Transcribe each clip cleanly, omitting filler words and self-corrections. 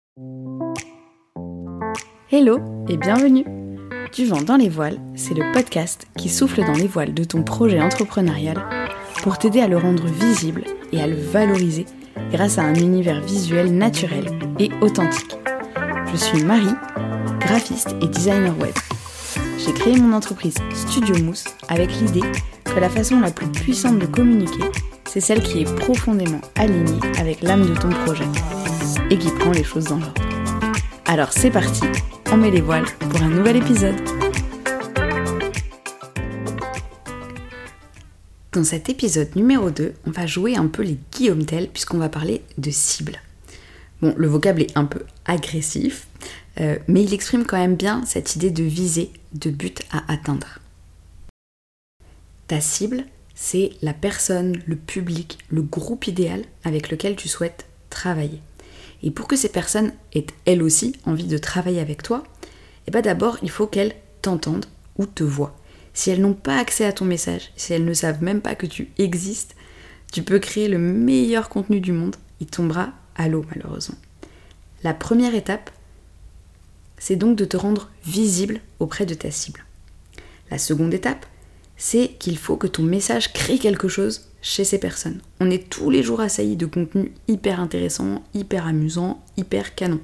Hello et bienvenue. Du vent dans les voiles, c'est le podcast qui souffle dans les voiles de ton projet entrepreneurial pour t'aider à le rendre visible et à le valoriser grâce à un univers visuel naturel et authentique. Je suis Marie, graphiste et designer web. J'ai créé mon entreprise Studio Mousse avec l'idée que la façon la plus puissante de communiquer, c'est celle qui est profondément alignée avec l'âme de ton projet et qui prend les choses dans l'ordre. Alors c'est parti, on met les voiles pour un nouvel épisode. Dans cet épisode numéro 2, on va jouer un peu les Guillaume Tell puisqu'on va parler de cible. Bon, le vocable est un peu agressif, mais il exprime quand même bien cette idée de visée, de but à atteindre. Ta cible, c'est la personne, le public, le groupe idéal avec lequel tu souhaites travailler. Et pour que ces personnes aient elles aussi envie de travailler avec toi, d'abord il faut qu'elles t'entendent ou te voient. Si elles n'ont pas accès à ton message, si elles ne savent même pas que tu existes, tu peux créer le meilleur contenu du monde, il tombera à l'eau malheureusement. La première étape, c'est donc de te rendre visible auprès de ta cible. La seconde étape, c'est qu'il faut que ton message crée quelque chose chez ces personnes. On est tous les jours assaillis de contenus hyper intéressants, hyper amusants, hyper canons.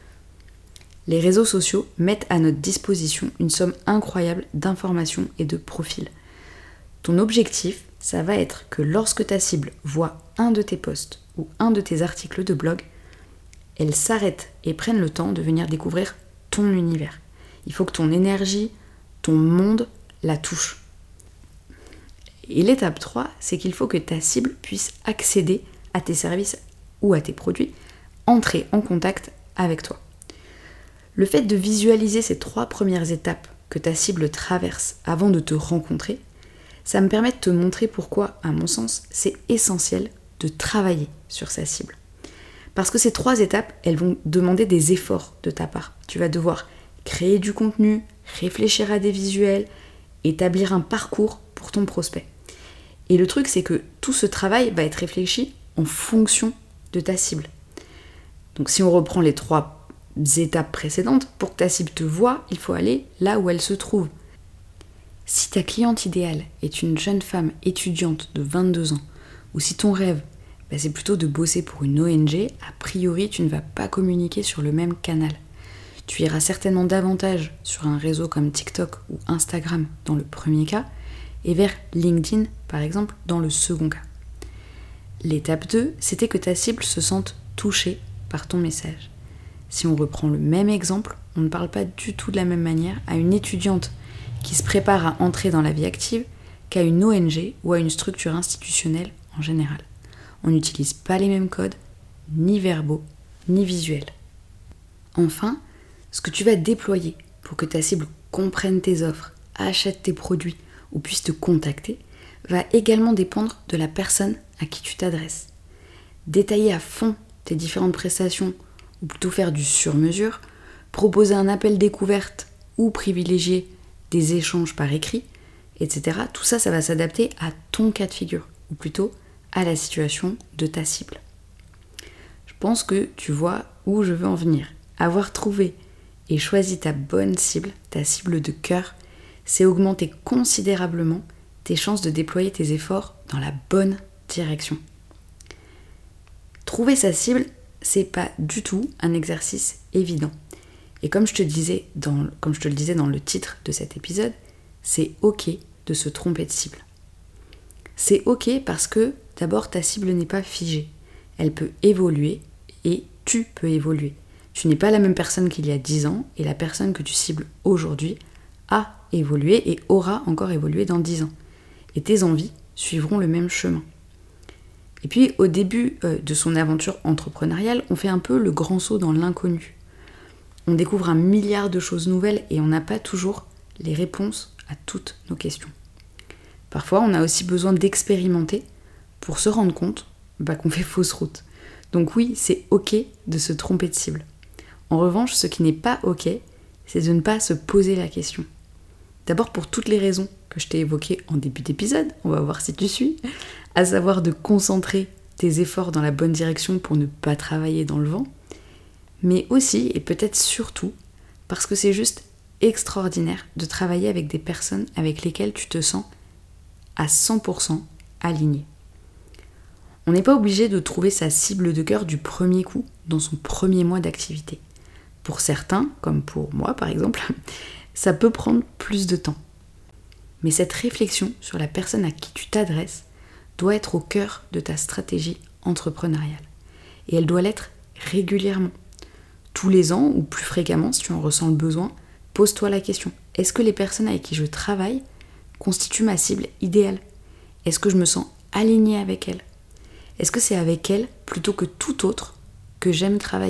Les réseaux sociaux mettent à notre disposition une somme incroyable d'informations et de profils. Ton objectif, ça va être que lorsque ta cible voit un de tes posts ou un de tes articles de blog, elle s'arrête et prenne le temps de venir découvrir ton univers. Il faut que ton énergie, ton monde la touche. Et l'étape 3, c'est qu'il faut que ta cible puisse accéder à tes services ou à tes produits, entrer en contact avec toi. Le fait de visualiser ces 3 premières étapes que ta cible traverse avant de te rencontrer, ça me permet de te montrer pourquoi, à mon sens, c'est essentiel de travailler sur sa cible. Parce que ces 3 étapes, elles vont demander des efforts de ta part. Tu vas devoir créer du contenu, réfléchir à des visuels, établir un parcours pour ton prospect. Et le truc, c'est que tout ce travail va être réfléchi en fonction de ta cible. Donc si on reprend les 3 étapes précédentes, pour que ta cible te voie, il faut aller là où elle se trouve. Si ta cliente idéale est une jeune femme étudiante de 22 ans, ou si ton rêve, c'est plutôt de bosser pour une ONG, a priori tu ne vas pas communiquer sur le même canal. Tu iras certainement davantage sur un réseau comme TikTok ou Instagram dans le premier cas, et vers LinkedIn, par exemple, dans le second cas. L'étape 2, c'était que ta cible se sente touchée par ton message. Si on reprend le même exemple, on ne parle pas du tout de la même manière à une étudiante qui se prépare à entrer dans la vie active qu'à une ONG ou à une structure institutionnelle en général. On n'utilise pas les mêmes codes, ni verbaux, ni visuels. Enfin, ce que tu vas déployer pour que ta cible comprenne tes offres, achète tes produits, ou puisse te contacter, va également dépendre de la personne à qui tu t'adresses. Détailler à fond tes différentes prestations, ou plutôt faire du sur-mesure, proposer un appel découverte ou privilégier des échanges par écrit, etc. Tout ça, ça va s'adapter à ton cas de figure, ou plutôt à la situation de ta cible. Je pense que tu vois où je veux en venir. Avoir trouvé et choisi ta bonne cible, ta cible de cœur, c'est augmenter considérablement tes chances de déployer tes efforts dans la bonne direction. Trouver sa cible, c'est pas du tout un exercice évident. Et comme je te le disais dans le titre de cet épisode, c'est ok de se tromper de cible. C'est ok parce que d'abord ta cible n'est pas figée. Elle peut évoluer et tu peux évoluer. Tu n'es pas la même personne qu'il y a 10 ans et la personne que tu cibles aujourd'hui a évolué et aura encore évolué dans 10 ans. Et tes envies suivront le même chemin. Et puis au début de son aventure entrepreneuriale, on fait un peu le grand saut dans l'inconnu. On découvre 1 milliard de choses nouvelles et on n'a pas toujours les réponses à toutes nos questions. Parfois, on a aussi besoin d'expérimenter pour se rendre compte qu'on fait fausse route. Donc oui, c'est ok de se tromper de cible. En revanche, ce qui n'est pas ok, c'est de ne pas se poser la question. D'abord pour toutes les raisons que je t'ai évoquées en début d'épisode, on va voir si tu suis, à savoir de concentrer tes efforts dans la bonne direction pour ne pas travailler dans le vent, mais aussi, et peut-être surtout, parce que c'est juste extraordinaire de travailler avec des personnes avec lesquelles tu te sens à 100% aligné. On n'est pas obligé de trouver sa cible de cœur du premier coup, dans son premier mois d'activité. Pour certains, comme pour moi par exemple, ça peut prendre plus de temps. Mais cette réflexion sur la personne à qui tu t'adresses doit être au cœur de ta stratégie entrepreneuriale. Et elle doit l'être régulièrement. Tous les ans ou plus fréquemment, si tu en ressens le besoin, pose-toi la question. Est-ce que les personnes avec qui je travaille constituent ma cible idéale ? Est-ce que je me sens alignée avec elles ? Est-ce que c'est avec elles, plutôt que tout autre, que j'aime travailler ?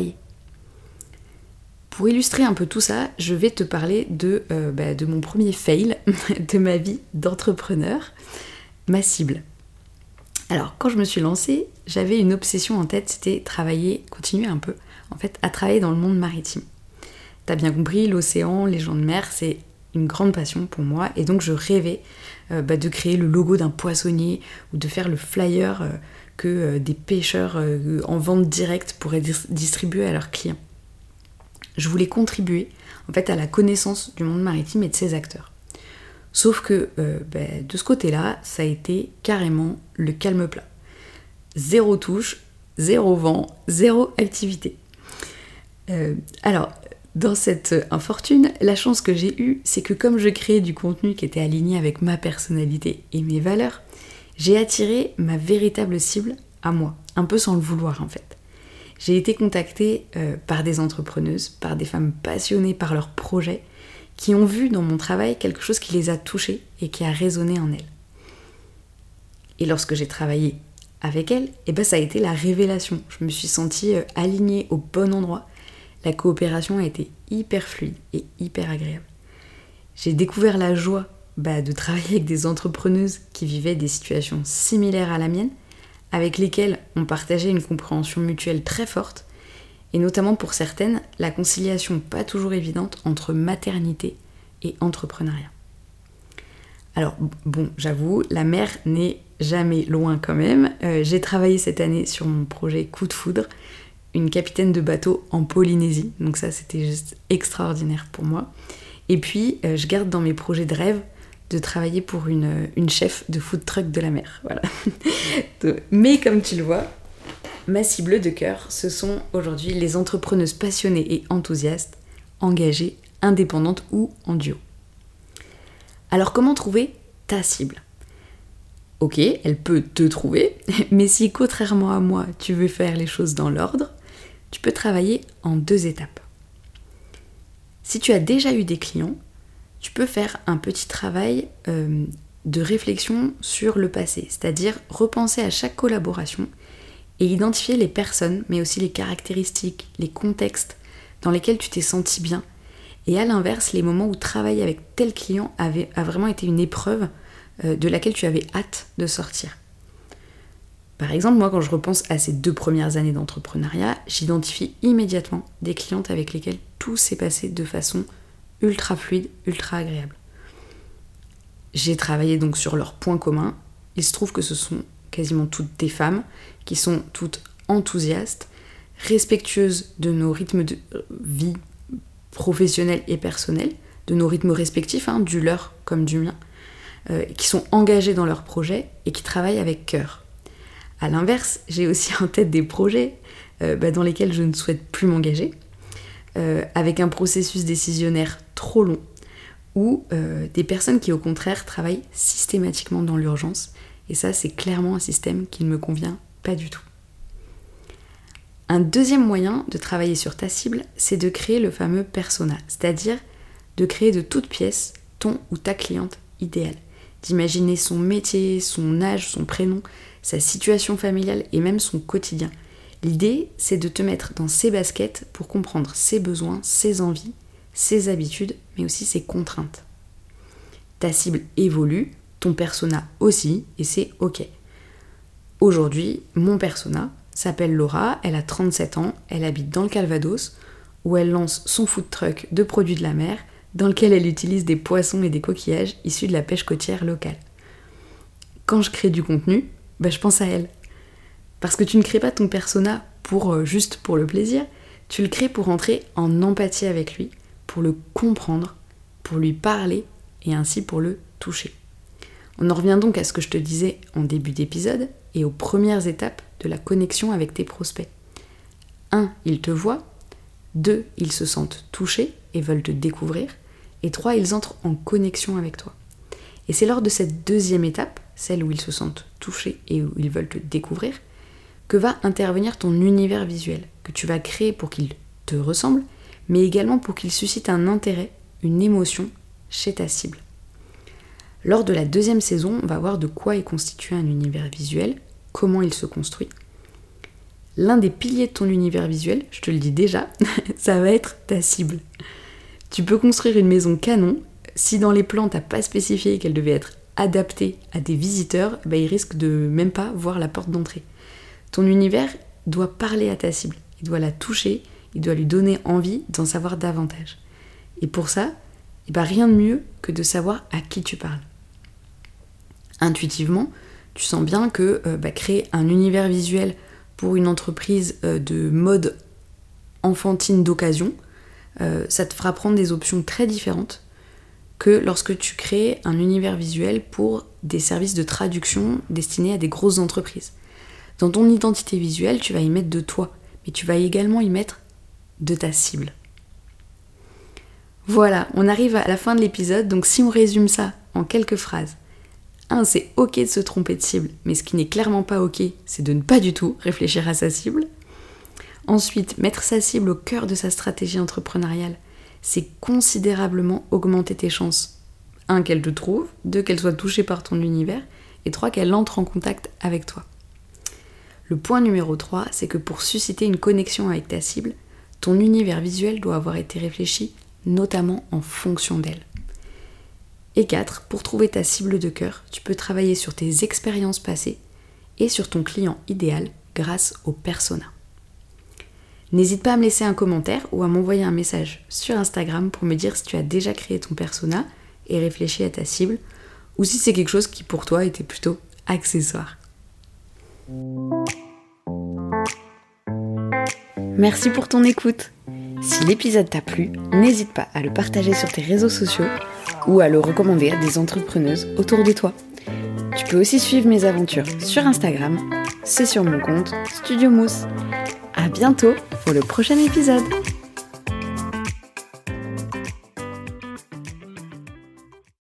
Pour illustrer un peu tout ça, je vais te parler de mon premier fail de ma vie d'entrepreneur, ma cible. Alors, quand je me suis lancée, j'avais une obsession en tête, c'était continuer un peu, en fait, à travailler dans le monde maritime. T'as bien compris, l'océan, les gens de mer, c'est une grande passion pour moi, et donc je rêvais de créer le logo d'un poissonnier, ou de faire le flyer que des pêcheurs en vente directe pourraient distribuer à leurs clients. Je voulais contribuer en fait à la connaissance du monde maritime et de ses acteurs. Sauf que de ce côté-là, ça a été carrément le calme plat. Zéro touche, zéro vent, zéro activité. Alors, dans cette infortune, la chance que j'ai eue, c'est que comme je créais du contenu qui était aligné avec ma personnalité et mes valeurs, j'ai attiré ma véritable cible à moi, un peu sans le vouloir en fait. J'ai été contactée par des entrepreneuses, par des femmes passionnées par leurs projets, qui ont vu dans mon travail quelque chose qui les a touchées et qui a résonné en elles. Et lorsque j'ai travaillé avec elles, ça a été la révélation. Je me suis sentie alignée au bon endroit. La coopération a été hyper fluide et hyper agréable. J'ai découvert la joie de travailler avec des entrepreneuses qui vivaient des situations similaires à la mienne, avec lesquelles on partageait une compréhension mutuelle très forte, et notamment pour certaines, la conciliation pas toujours évidente entre maternité et entrepreneuriat. Alors bon, j'avoue, la mer n'est jamais loin quand même. J'ai travaillé cette année sur mon projet Coup de foudre, une capitaine de bateau en Polynésie, donc ça c'était juste extraordinaire pour moi. Et puis je garde dans mes projets de rêve de travailler pour une chef de food truck de la mer. Voilà. Mais comme tu le vois, ma cible de cœur, ce sont aujourd'hui les entrepreneuses passionnées et enthousiastes, engagées, indépendantes ou en duo. Alors comment trouver ta cible ? Ok, elle peut te trouver, mais si contrairement à moi, tu veux faire les choses dans l'ordre, tu peux travailler en 2 étapes. Si tu as déjà eu des clients, tu peux faire un petit travail de réflexion sur le passé, c'est-à-dire repenser à chaque collaboration et identifier les personnes, mais aussi les caractéristiques, les contextes dans lesquels tu t'es senti bien. Et à l'inverse, les moments où travailler avec tel client a vraiment été une épreuve de laquelle tu avais hâte de sortir. Par exemple, moi, quand je repense à ces 2 premières années d'entrepreneuriat, j'identifie immédiatement des clientes avec lesquelles tout s'est passé de façon ultra fluide, ultra agréable. J'ai travaillé donc sur leurs points communs. Il se trouve que ce sont quasiment toutes des femmes qui sont toutes enthousiastes, respectueuses de nos rythmes de vie professionnels et personnels, de nos rythmes respectifs, du leur comme du mien, qui sont engagées dans leurs projets et qui travaillent avec cœur. À l'inverse, j'ai aussi en tête des projets dans lesquels je ne souhaite plus m'engager, avec un processus décisionnaire trop long, ou des personnes qui au contraire travaillent systématiquement dans l'urgence, et ça c'est clairement un système qui ne me convient pas du tout. Un deuxième moyen de travailler sur ta cible, c'est de créer le fameux persona, c'est-à-dire de créer de toutes pièces ton ou ta cliente idéale, d'imaginer son métier, son âge, son prénom, sa situation familiale et même son quotidien. L'idée, c'est de te mettre dans ses baskets pour comprendre ses besoins, ses envies, ses habitudes, mais aussi ses contraintes. Ta cible évolue, ton persona aussi, et c'est ok. Aujourd'hui, mon persona s'appelle Laura, elle a 37 ans, elle habite dans le Calvados, où elle lance son food truck de produits de la mer, dans lequel elle utilise des poissons et des coquillages issus de la pêche côtière locale. Quand je crée du contenu, je pense à elle. Parce que tu ne crées pas ton persona juste pour le plaisir, Tu le crées pour entrer en empathie avec lui, pour le comprendre, pour lui parler et ainsi pour le toucher. On en revient donc à ce que je te disais en début d'épisode et aux premières étapes de la connexion avec tes prospects. 1. Ils te voient. 2. Ils se sentent touchés et veulent te découvrir. Et 3. Ils entrent en connexion avec toi. Et c'est lors de cette deuxième étape, celle où ils se sentent touchés et où ils veulent te découvrir, que va intervenir ton univers visuel, que tu vas créer pour qu'il te ressemble, mais également pour qu'il suscite un intérêt, une émotion chez ta cible. Lors de la deuxième saison, on va voir de quoi est constitué un univers visuel, comment il se construit. L'un des piliers de ton univers visuel, je te le dis déjà, ça va être ta cible. Tu peux construire une maison canon, si dans les plans t'as pas spécifié qu'elle devait être adaptée à des visiteurs, ils risquent de même pas voir la porte d'entrée. Ton univers doit parler à ta cible, il doit la toucher, il doit lui donner envie d'en savoir davantage. Et pour ça, rien de mieux que de savoir à qui tu parles. Intuitivement, tu sens bien que créer un univers visuel pour une entreprise de mode enfantine d'occasion, ça te fera prendre des options très différentes que lorsque tu crées un univers visuel pour des services de traduction destinés à des grosses entreprises. Dans ton identité visuelle, tu vas y mettre de toi, mais tu vas également y mettre de ta cible. Voilà, on arrive à la fin de l'épisode, donc si on résume ça en quelques phrases. 1. C'est ok de se tromper de cible, mais ce qui n'est clairement pas ok, c'est de ne pas du tout réfléchir à sa cible. Ensuite, mettre sa cible au cœur de sa stratégie entrepreneuriale, c'est considérablement augmenter tes chances. 1. Qu'elle te trouve, 2. Qu'elle soit touchée par ton univers, et 3. Qu'elle entre en contact avec toi. Le point numéro 3, c'est que pour susciter une connexion avec ta cible, ton univers visuel doit avoir été réfléchi, notamment en fonction d'elle. Et 4, pour trouver ta cible de cœur, tu peux travailler sur tes expériences passées et sur ton client idéal grâce au persona. N'hésite pas à me laisser un commentaire ou à m'envoyer un message sur Instagram pour me dire si tu as déjà créé ton persona et réfléchi à ta cible, ou si c'est quelque chose qui pour toi était plutôt accessoire. Merci pour ton écoute. Si l'épisode t'a plu, n'hésite pas à le partager sur tes réseaux sociaux ou à le recommander à des entrepreneuses autour de toi. Tu peux aussi suivre mes aventures sur Instagram, c'est sur mon compte Studio Mousse. À bientôt pour le prochain épisode.